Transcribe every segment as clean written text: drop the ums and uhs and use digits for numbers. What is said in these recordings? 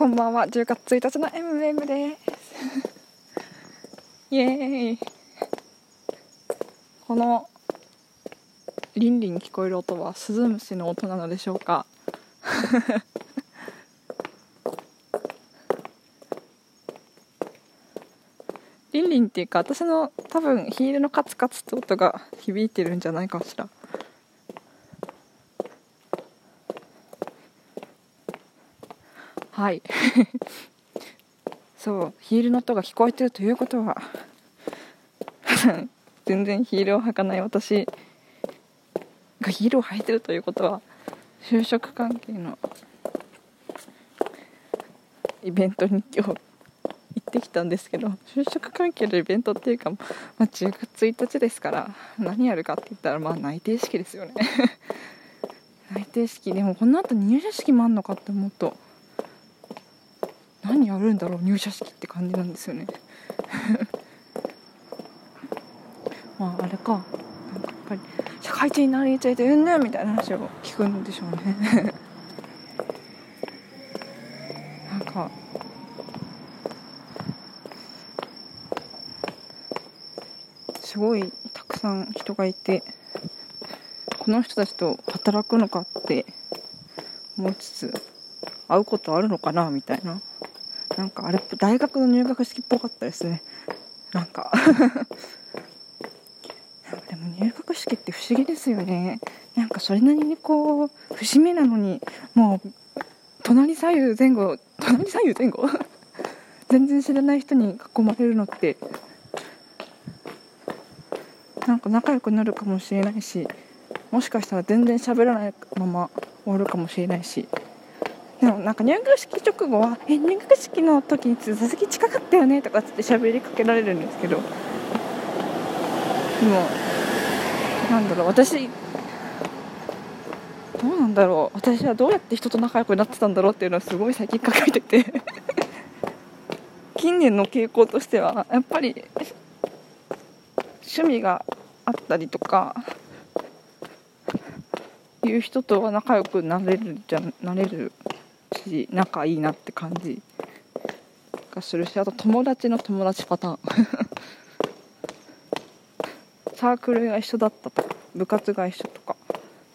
こんばんは。10月1日の MM ですイエーイ。このリンリン聞こえる音はスズムシの音なのでしょうかリンリンっていうか、私の多分ヒールのカツカツって音が響いてるんじゃないかしら。はいそう、ヒールの音が聞こえてるということは全然ヒールを履かない私がヒールを履いてるということは、就職関係のイベントに今日行ってきたんですけど、就職関係のイベントっていうか、10月1日ですから何やるかって言ったら内定式ですよね内定式でもこの後入社式もあんのかって思うと、何やるんだろう入社式って感じなんですよねあれか、やっぱり社会人になりについてうんぬんみたいな話を聞くんでしょうねなんかすごいたくさん人がいて、この人たちと働くのかって思いつつ、会うことあるのかなみたいな、なんかあれ大学の入学式っぽかったですね。なんかでも入学式って不思議ですよね。なんかそれなりにこう節目なのに、もう隣左右前後全然知らない人に囲まれるのって、なんか仲良くなるかもしれないし、もしかしたら全然喋らないまま終わるかもしれないし、でもなんか入学式直後は入学式の時に座席近かったよねとかって喋りかけられるんですけど、でもなんだろう、私はどうやって人と仲良くなってたんだろうっていうのをすごい最近考えてて近年の傾向としてはやっぱり趣味があったりとかいう人とは仲良くなれるし、仲いいなって感じがするし、あと友達の友達パターンサークルが一緒だったとか部活が一緒とか、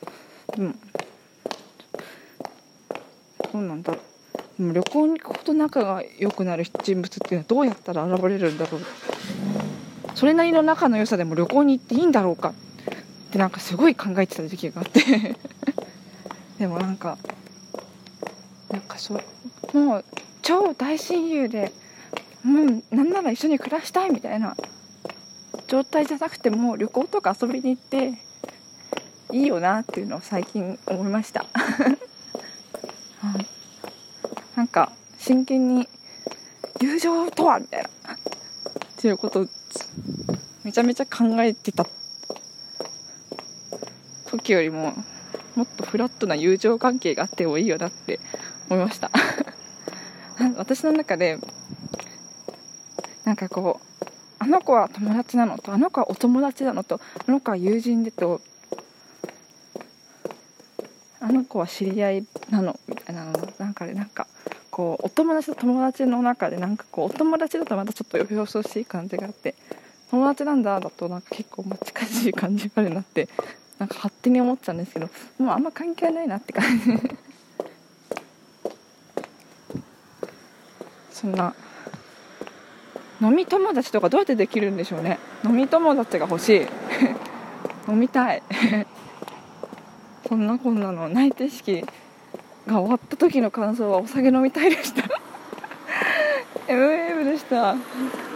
そうなんだろう。でも旅行に行くほど仲が良くなる人物っていうのはどうやったら現れるんだろう。それなりの仲の良さでも旅行に行っていいんだろうかってなんかすごい考えてた時期があってでもなんかもう超大親友で、もうなんなら一緒に暮らしたいみたいな状態じゃなくても旅行とか遊びに行っていいよなっていうのを最近思いましたなんか真剣に友情とはみたいなっていうことをめちゃめちゃ考えてた時よりも、もっとフラットな友情関係があってもいいよなって思いました私の中でなんかこう、あの子は友達なのと、あの子はお友達なのと、あの子は友人でと、あの子は知り合いなのみたいなの、なんかこうお友達と友達の中でなんかこうお友達だとまたちょっとよ々しい感じがあって、友達なんだだとなんか結構近しい感じがあるなってなんか勝手に思っちゃうんですけど、もうあんま関係ないなって感じそんな飲み友達とかどうやってできるんでしょうね。飲み友達が欲しい飲みたいそんなこんなの内定式が終わった時の感想はお酒飲みたいでしたMM でした。